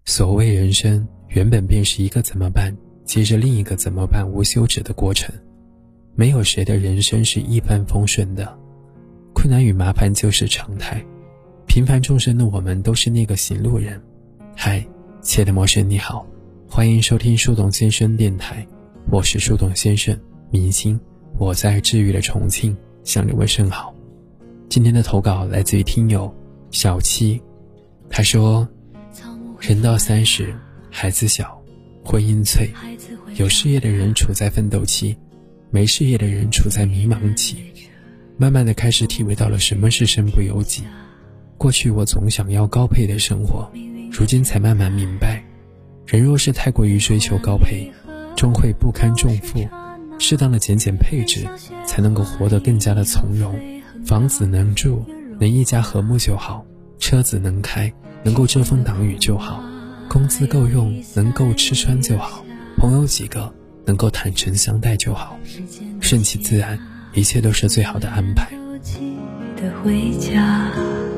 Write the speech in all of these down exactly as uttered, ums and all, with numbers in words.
所谓人生，原本便是一个怎么办接着另一个怎么办无休止的过程，没有谁的人生是一帆风顺的，困难与麻烦就是常态。平凡众生的我们都是那个行路人。嗨，亲爱的陌生你好，欢迎收听树洞先生电台，我是树洞先生，明星，我在治愈的重庆向你问声好。今天的投稿来自于听友小七，他说，人到三十，孩子小，婚姻脆，有事业的人处在奋斗期，没事业的人处在迷茫期，慢慢的开始体会到了什么是身不由己。过去我总想要高配的生活，如今才慢慢明白，人若是太过于追求高配，终会不堪重负，适当的减减配置，才能够活得更加的从容。房子能住，能一家和睦就好，车子能开，能够遮风挡雨就好，工资够用，能够吃穿就好，朋友几个，能够坦诚相待就好，顺其自然，一切都是最好的安排。 回家，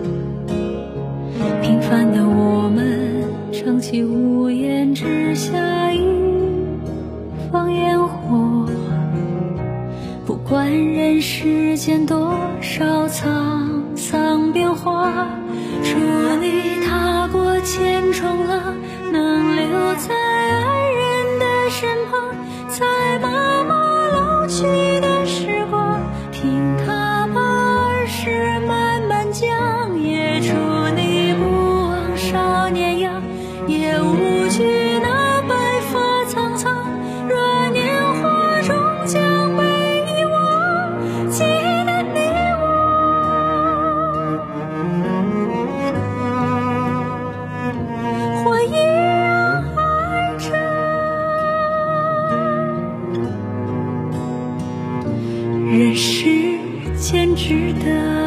平凡的我们撑起屋檐之下一放烟火，不管人世间多少沧桑变化，祝你踏过千重浪，能留在爱人的身旁，在妈妈老去的时光，听她把儿时慢慢讲，也祝你不忘少年样，也无惧那白发苍苍，若年华终将被遗忘，记得你我会一样爱着，人世间值得。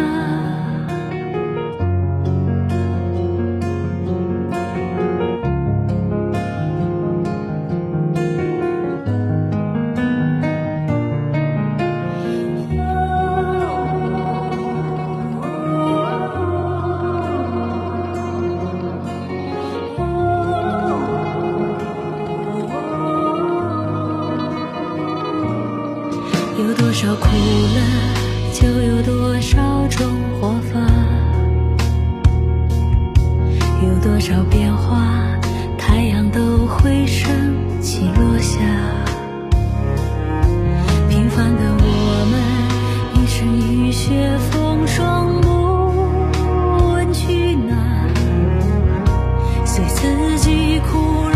有多少苦了，就有多少种活法，有多少变化，太阳都会升起落下。平凡的我们，一生雨雪风霜不问取暖，随自己苦